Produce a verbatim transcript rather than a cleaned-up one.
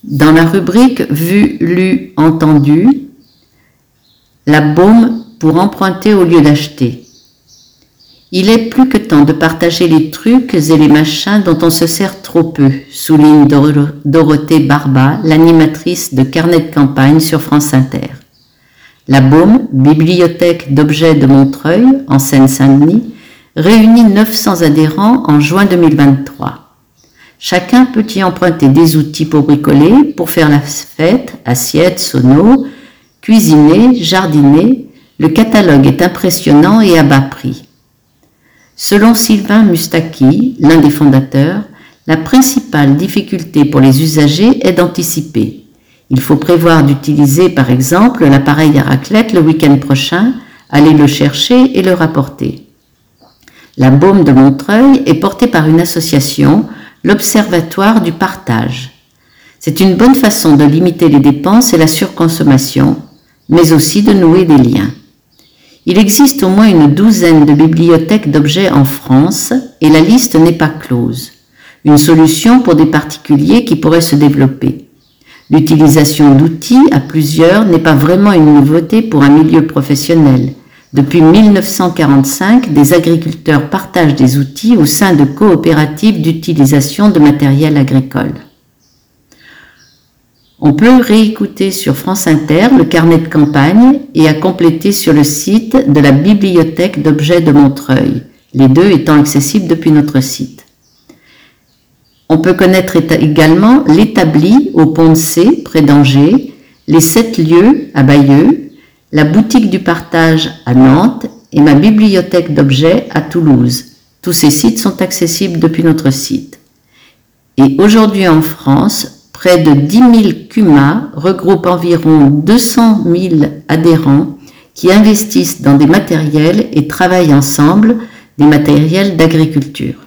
Dans la rubrique Vu, lu, entendu, la baume pour emprunter au lieu d'acheter. Il est plus que temps de partager les trucs et les machins dont on se sert trop peu, souligne Dor- Dorothée Barba, l'animatrice de Carnet de campagne sur France Inter. La Baume, bibliothèque d'objets de Montreuil, en Seine-Saint-Denis, réunit neuf cents adhérents en juin deux mille vingt-trois. Chacun peut y emprunter des outils pour bricoler, pour faire la fête, assiettes, seaux, cuisiner, jardiner. Le catalogue est impressionnant et à bas prix. Selon Sylvain Mustaki, l'un des fondateurs, la principale difficulté pour les usagers est d'anticiper. Il faut prévoir d'utiliser par exemple l'appareil à raclette le week-end prochain, aller le chercher et le rapporter. La Baume de Montreuil est portée par une association, l'Observatoire du partage. C'est une bonne façon de limiter les dépenses et la surconsommation, mais aussi de nouer des liens. Il existe au moins une douzaine de bibliothèques d'objets en France et la liste n'est pas close. Une solution pour des particuliers qui pourraient se développer. L'utilisation d'outils à plusieurs n'est pas vraiment une nouveauté pour un milieu professionnel. Depuis mille neuf cent quarante-cinq, des agriculteurs partagent des outils au sein de coopératives d'utilisation de matériel agricole. On peut réécouter sur France Inter le carnet de campagne et à compléter sur le site de la Bibliothèque d'objets de Montreuil, les deux étant accessibles depuis notre site. On peut connaître également l'établi au Pont de C, près d'Angers, les sept lieux à Bayeux, la boutique du partage à Nantes et ma bibliothèque d'objets à Toulouse. Tous ces sites sont accessibles depuis notre site. Et aujourd'hui en France, près de dix mille C U M A regroupent environ deux cent mille adhérents qui investissent dans des matériels et travaillent ensemble des matériels d'agriculture.